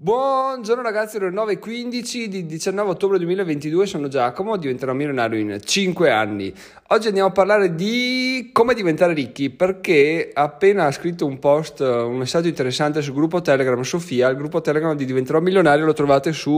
Buongiorno ragazzi, ore 9:15 di 19 ottobre 2022, sono Giacomo, diventerò milionario in 5 anni. Oggi andiamo a parlare di come diventare ricchi, perché ha appena scritto un post, un messaggio interessante sul gruppo Telegram Sofia. Il gruppo Telegram di Diventerò Milionario lo trovate su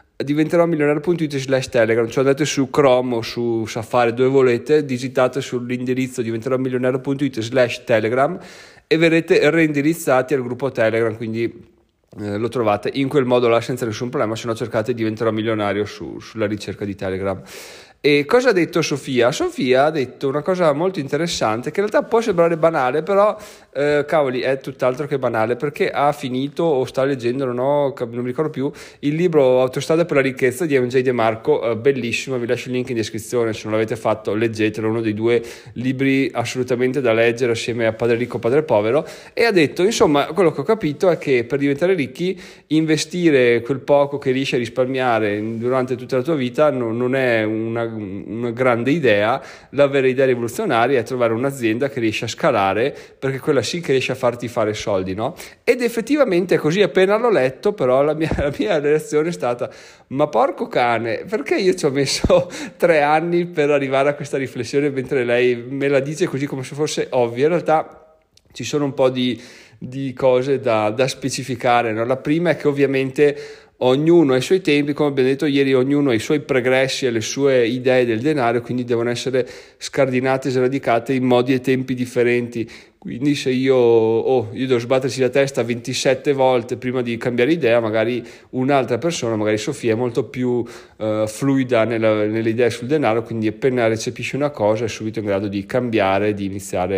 diventeròmilionario.it/telegram, cioè andate su Chrome o su Safari, dove volete, digitate sull'indirizzo diventeròmilionario.it/telegram e verrete reindirizzati al gruppo Telegram, quindi lo trovate in quel modo là senza nessun problema. Se no cercate Diventerò Milionario sulla ricerca di Telegram. E cosa ha detto Sofia? Sofia ha detto una cosa molto interessante che in realtà può sembrare banale, però cavoli, è tutt'altro che banale, perché ha finito o sta leggendo, non mi ricordo più, il libro Autostrada per la ricchezza di MJ De Marco, bellissimo, vi lascio il link in descrizione, se non l'avete fatto leggetelo, uno dei due libri assolutamente da leggere assieme a Padre Ricco, Padre Povero. E ha detto, insomma, quello che ho capito è che per diventare ricchi investire quel poco che riesci a risparmiare durante tutta la tua vita non è una grande idea. La vera idea rivoluzionaria è trovare un'azienda che riesce a scalare, perché quella sì che riesce a farti fare soldi, no? Ed effettivamente è così. Appena l'ho letto, però la mia reazione è stata: ma porco cane, perché io ci ho messo 3 anni per arrivare a questa riflessione, mentre lei me la dice così come se fosse ovvia? In realtà ci sono un po' di cose da specificare, no? La prima è che ovviamente ognuno ha i suoi tempi, come abbiamo detto ieri, ognuno ha i suoi pregressi e le sue idee del denaro, quindi devono essere scardinate e sradicate in modi e tempi differenti. Quindi se io devo sbatterci la testa 27 volte prima di cambiare idea, magari un'altra persona, magari Sofia, è molto più fluida nelle idee sul denaro, quindi appena recepisce una cosa è subito in grado di cambiare, di iniziare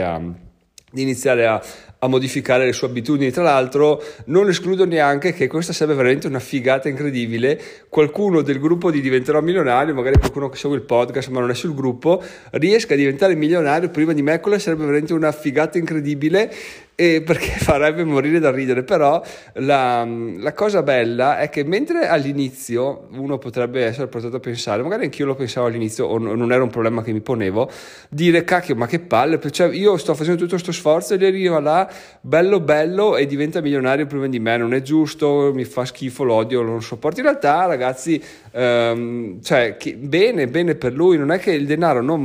a modificare le sue abitudini. Tra l'altro non escludo neanche che questa sarebbe veramente una figata incredibile. Qualcuno del gruppo di Diventerò Milionario, magari qualcuno che segue il podcast ma non è sul gruppo, riesca a diventare milionario prima di me. Quella sarebbe veramente una figata incredibile, perché farebbe morire da ridere. Però la cosa bella è che mentre all'inizio uno potrebbe essere portato a pensare, magari anch'io lo pensavo all'inizio, o non era un problema che mi ponevo, dire cacchio, ma che palle, cioè io sto facendo tutto questo sforzo e lei arriva là bello e diventa milionario prima di me, non è giusto, mi fa schifo, l'odio, non lo sopporto. In realtà ragazzi, bene per lui, non è che il denaro non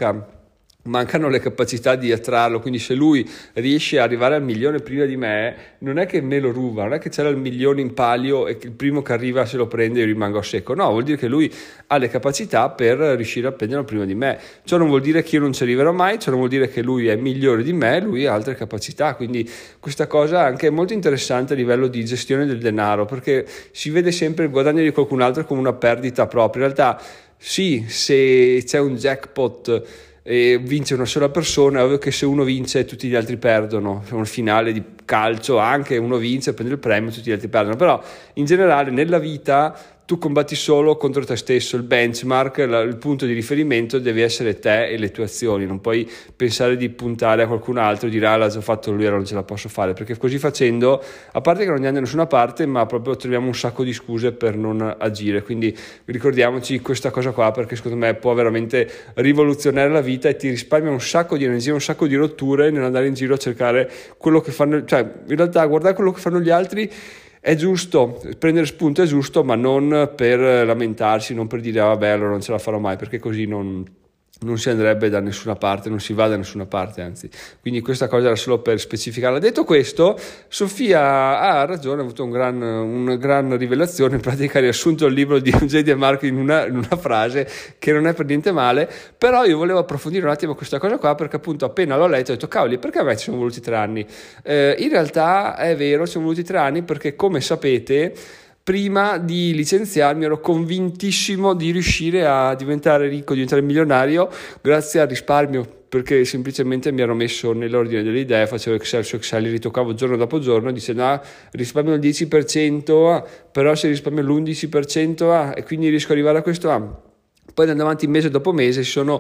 mancano le capacità di attrarlo, quindi se lui riesce ad arrivare al milione prima di me, non è che me lo ruba, non è che c'era il milione in palio e che il primo che arriva se lo prende e io rimango a secco. No, vuol dire che lui ha le capacità per riuscire a prenderlo prima di me. Ciò non vuol dire che io non ci arriverò mai, ciò non vuol dire che lui è migliore di me, lui ha altre capacità. Quindi questa cosa anche è molto interessante a livello di gestione del denaro, perché si vede sempre il guadagno di qualcun altro come una perdita propria. In realtà sì, se c'è un jackpot e vince una sola persona, è ovvio che se uno vince tutti gli altri perdono. C'è un finale di calcio, anche uno vince, prende il premio, tutti gli altri perdono. Però in generale nella vita tu combatti solo contro te stesso. Il benchmark, il punto di riferimento deve essere te e le tue azioni. Non puoi pensare di puntare a qualcun altro e dire l'ha già fatto lui, allora non ce la posso fare, perché così facendo, a parte che non andiamo da nessuna parte, ma proprio troviamo un sacco di scuse per non agire. Quindi ricordiamoci questa cosa qua, perché secondo me può veramente rivoluzionare la vita e ti risparmia un sacco di energia, un sacco di rotture nell'andare in giro a cercare quello che fanno, cioè in realtà guardare quello che fanno gli altri è giusto, prendere spunto è giusto, ma non per lamentarsi, non per dire vabbè allora non ce la farò mai, perché così non si andrebbe da nessuna parte, non si va da nessuna parte, anzi. Quindi questa cosa era solo per specificarla. Detto questo, Sofia ha ragione, ha avuto una gran rivelazione. In pratica ha riassunto il libro di MJ De Marco in una frase che non è per niente male. Però io volevo approfondire un attimo questa cosa qua, perché appunto appena l'ho letto ho detto cavoli, perché a me ci sono voluti 3 anni? In realtà è vero, ci sono voluti 3 anni perché, come sapete, prima di licenziarmi ero convintissimo di riuscire a diventare ricco, diventare milionario grazie al risparmio, perché semplicemente mi ero messo nell'ordine delle idee, facevo Excel su Excel, li ritoccavo giorno dopo giorno, dicevo risparmio il 10%, però se risparmio l'11%, e quindi riesco ad arrivare a questo. Poi andando avanti mese dopo mese si sono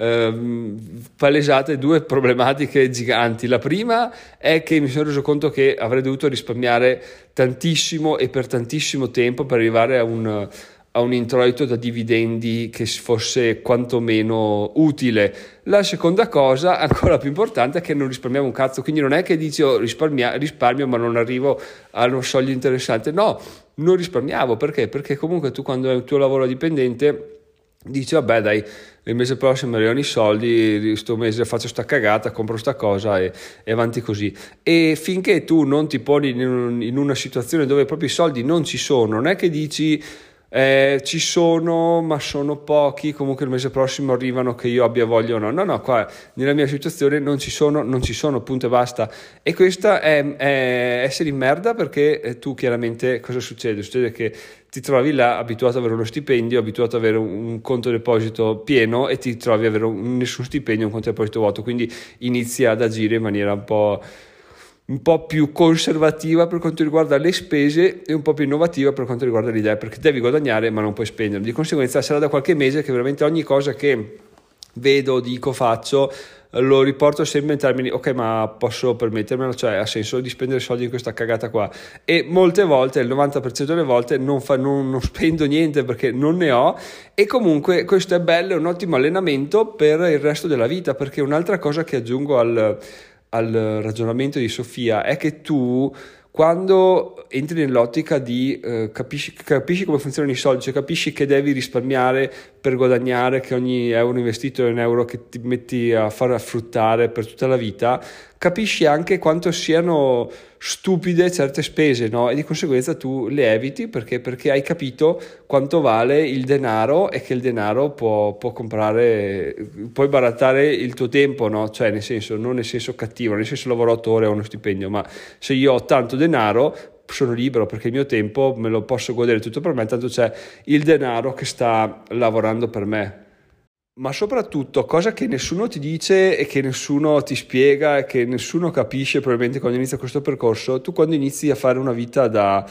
palesate 2 problematiche giganti. La prima è che mi sono reso conto che avrei dovuto risparmiare tantissimo e per tantissimo tempo per arrivare a a un introito da dividendi che fosse quantomeno utile. La seconda cosa, ancora più importante, è che non risparmiamo un cazzo, quindi non è che dici risparmio ma non arrivo a uno soldo interessante, no, non risparmiavo, perché comunque tu quando hai il tuo lavoro dipendente dici vabbè dai, il mese prossimo arrivano i soldi, sto mese faccio sta cagata, compro sta cosa e avanti così. E finché tu non ti poni in una situazione dove proprio i soldi non ci sono, non è che dici ci sono ma sono pochi, comunque il mese prossimo arrivano che io abbia voglia o no, no, qua nella mia situazione non ci sono, punto e basta. E questa è essere in merda, perché tu chiaramente cosa succede? Succede che ti trovi là abituato ad avere uno stipendio, abituato ad avere un conto deposito pieno, e ti trovi ad avere nessun stipendio, un conto deposito vuoto, quindi inizi ad agire in maniera un po' più conservativa per quanto riguarda le spese e un po' più innovativa per quanto riguarda le idee, perché devi guadagnare ma non puoi spendere. Di conseguenza sarà da qualche mese che veramente ogni cosa che vedo, dico, faccio, lo riporto sempre in termini ok, ma posso permettermelo, cioè ha senso di spendere soldi in questa cagata qua? E molte volte, il 90% delle volte non spendo niente perché non ne ho. E comunque questo è bello, è un ottimo allenamento per il resto della vita, perché un'altra cosa che aggiungo al ragionamento di Sofia è che tu, quando entri nell'ottica di capisci come funzionano i soldi, cioè capisci che devi risparmiare per guadagnare, che ogni euro investito è un euro che ti metti a far fruttare per tutta la vita, capisci anche quanto siano stupide certe spese, no? E di conseguenza tu le eviti perché hai capito quanto vale il denaro, e che il denaro può comprare, puoi barattare il tuo tempo, no? Cioè nel senso, non nel senso cattivo, nel senso lavoro 8 ore ho uno stipendio, ma se io ho tanto denaro sono libero, perché il mio tempo me lo posso godere tutto per me, tanto c'è il denaro che sta lavorando per me. Ma soprattutto, cosa che nessuno ti dice e che nessuno ti spiega e che nessuno capisce probabilmente quando inizia questo percorso, tu quando inizi a fare una vita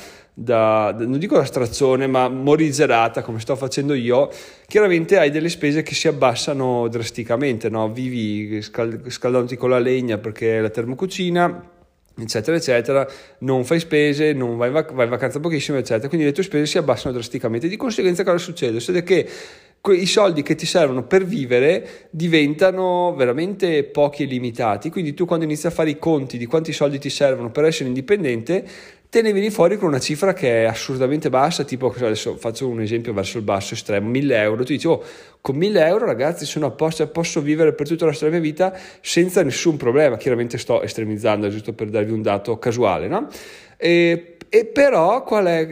non dico da strazzone, ma morigerata come sto facendo io, chiaramente hai delle spese che si abbassano drasticamente, no? Vivi scaldandoti con la legna perché è la termocucina, eccetera eccetera, non fai spese, non vai in vacanza pochissimo, eccetera, quindi le tue spese si abbassano drasticamente. Di conseguenza cosa succede? Succede che i soldi che ti servono per vivere diventano veramente pochi e limitati, quindi tu quando inizi a fare i conti di quanti soldi ti servono per essere indipendente, te ne vieni fuori con una cifra che è assurdamente bassa, tipo adesso faccio un esempio verso il basso estremo, 1.000 euro, tu dici con 1.000 euro ragazzi sono a posto, posso vivere per tutta la mia vita senza nessun problema. Chiaramente sto estremizzando, giusto per darvi un dato casuale, no? E però qual è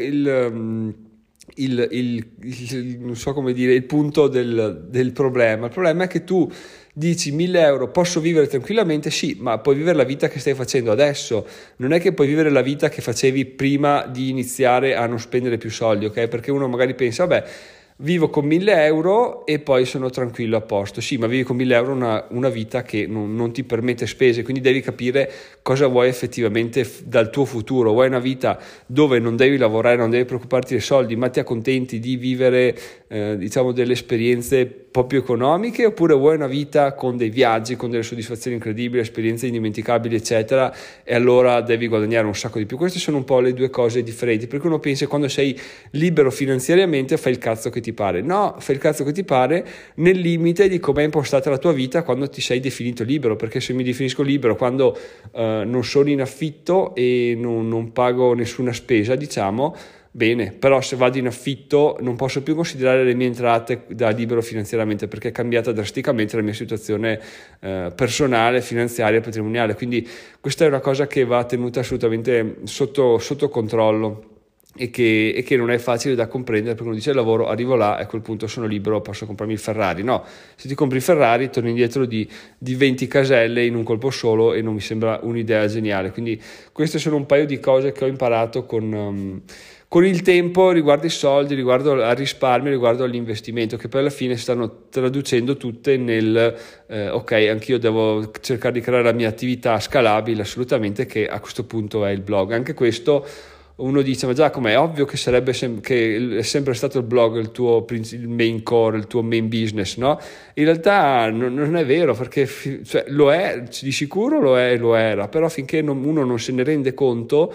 non so come dire, il punto del problema? Il problema è che tu dici 1.000 euro posso vivere tranquillamente, sì, ma puoi vivere la vita che stai facendo adesso, non è che puoi vivere la vita che facevi prima di iniziare a non spendere più soldi, ok? Perché uno magari pensa, vabbè, vivo con 1.000 euro e poi sono tranquillo, a posto. Sì, ma vivi con 1.000 euro una vita che non ti permette spese, quindi devi capire cosa vuoi effettivamente dal tuo futuro. Vuoi una vita dove non devi lavorare, non devi preoccuparti dei soldi, ma ti accontenti di vivere diciamo delle esperienze un po' più economiche, oppure vuoi una vita con dei viaggi, con delle soddisfazioni incredibili, esperienze indimenticabili, eccetera, e allora devi guadagnare un sacco di più. Queste sono un po' le due cose differenti, perché uno pensa che quando sei libero finanziariamente fai il cazzo che ti pare. No, fai il cazzo che ti pare nel limite di come è impostata la tua vita quando ti sei definito libero, perché se mi definisco libero quando non sono in affitto e non pago nessuna spesa, diciamo, bene, però se vado in affitto non posso più considerare le mie entrate da libero finanziariamente, perché è cambiata drasticamente la mia situazione personale, finanziaria, patrimoniale, quindi questa è una cosa che va tenuta assolutamente sotto controllo e che non è facile da comprendere, perché uno dice lavoro, arrivo là e a quel punto sono libero, posso comprarmi il Ferrari. No, se ti compri il Ferrari torni indietro di 20 caselle in un colpo solo, e non mi sembra un'idea geniale. Quindi queste sono un paio di cose che ho imparato con il tempo riguardo i soldi, riguardo al risparmio, riguardo all'investimento, che poi alla fine stanno traducendo tutte nel ok, anch'io devo cercare di creare la mia attività scalabile, assolutamente, che a questo punto è il blog. Anche questo uno dice: ma Giacomo, è ovvio che che è sempre stato il blog il tuo il main core, il tuo main business, no? In realtà non è vero, perché cioè, lo è, di sicuro lo è e lo era, però finché uno non se ne rende conto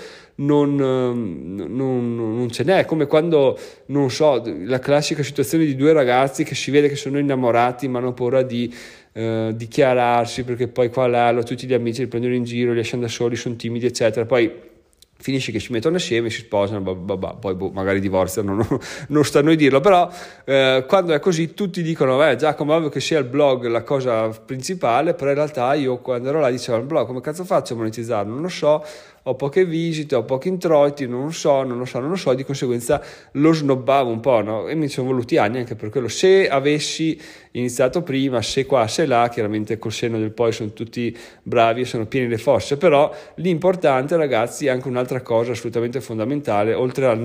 non ce n'è. Come quando, non so, la classica situazione di due ragazzi che si vede che sono innamorati ma hanno paura di dichiararsi, perché poi qua là tutti gli amici li prendono in giro, li lasciano da soli, sono timidi eccetera, poi finisce che si mettono assieme, si sposano, poi magari divorziano, non sta a noi dirlo, però quando è così tutti dicono: Giacomo, ovvio che sia il blog la cosa principale, però in realtà io quando ero là dicevo: il blog come cazzo faccio a monetizzarlo? Non lo so, ho poche visite, ho pochi introiti, non lo so, di conseguenza lo snobbavo un po', no? E mi sono voluti anni anche per quello. Se avessi iniziato prima, se qua, se là, chiaramente col senno del poi sono tutti bravi e sono pieni le fosse, però l'importante, ragazzi, è anche un'altra cosa assolutamente fondamentale, oltre al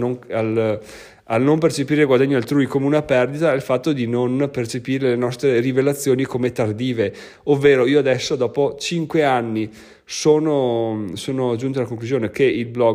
non percepire il guadagno altrui come una perdita, è il fatto di non percepire le nostre rivelazioni come tardive, ovvero io adesso dopo 5 anni sono giunto alla conclusione che il blog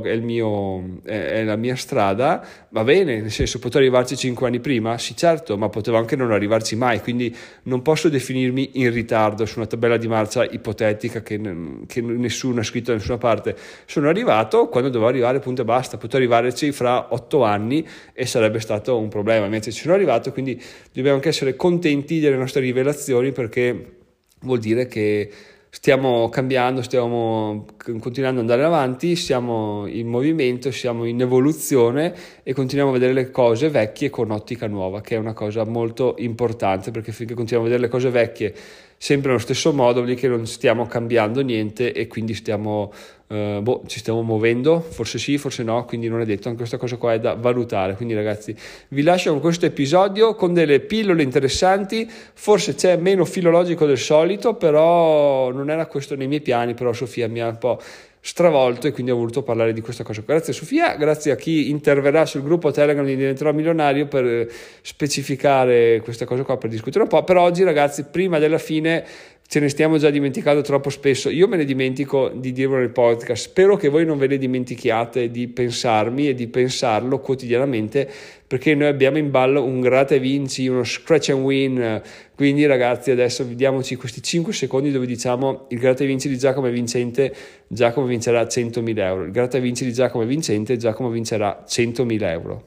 è la mia strada. Va bene, nel senso, potevo arrivarci 5 anni prima? Sì, certo, ma potevo anche non arrivarci mai, quindi non posso definirmi in ritardo su una tabella di marcia ipotetica che nessuno ha scritto da nessuna parte. Sono arrivato quando dovevo arrivare, punto e basta. Potevo arrivarci fra 8 anni e sarebbe stato un problema, invece ci sono arrivato, quindi dobbiamo anche essere contenti delle nostre rivelazioni, perché vuol dire che stiamo cambiando, stiamo continuando ad andare avanti, siamo in movimento, siamo in evoluzione e continuiamo a vedere le cose vecchie con ottica nuova, che è una cosa molto importante, perché finché continuiamo a vedere le cose vecchie sempre nello stesso modo, vuol dire che non stiamo cambiando niente e quindi ci stiamo muovendo, forse sì, forse no, quindi non è detto, anche questa cosa qua è da valutare. Quindi ragazzi, vi lascio con questo episodio con delle pillole interessanti, forse c'è meno filologico del solito, però non era questo nei miei piani, però Sofia mi ha un po' stravolto e quindi ho voluto parlare di questa cosa. Grazie Sofia, grazie a chi interverrà sul gruppo Telegram di Diventerò Milionario per specificare questa cosa qua, per discutere un po'. Per oggi ragazzi, prima della fine, ce ne stiamo già dimenticando troppo spesso, io me ne dimentico di dirvelo nel podcast, spero che voi non ve ne dimentichiate di pensarmi e di pensarlo quotidianamente, perché noi abbiamo in ballo un gratta e vinci, uno scratch and win. Quindi ragazzi, adesso vediamoci questi 5 secondi dove diciamo: il gratta e vinci di Giacomo è vincente, Giacomo vincerà 100.000 euro. Il gratta e vinci di Giacomo è vincente, Giacomo vincerà 100.000 euro.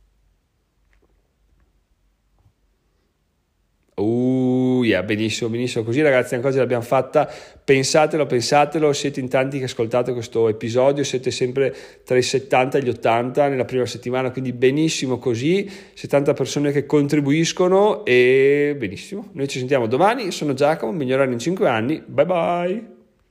Yeah, benissimo, così ragazzi anche oggi l'abbiamo fatta. Pensatelo, siete in tanti che ascoltate questo episodio, siete sempre tra i 70 e gli 80 nella prima settimana, quindi benissimo così, 70 persone che contribuiscono e benissimo. Noi ci sentiamo domani, sono Giacomo, migliorare in 5 anni, bye bye.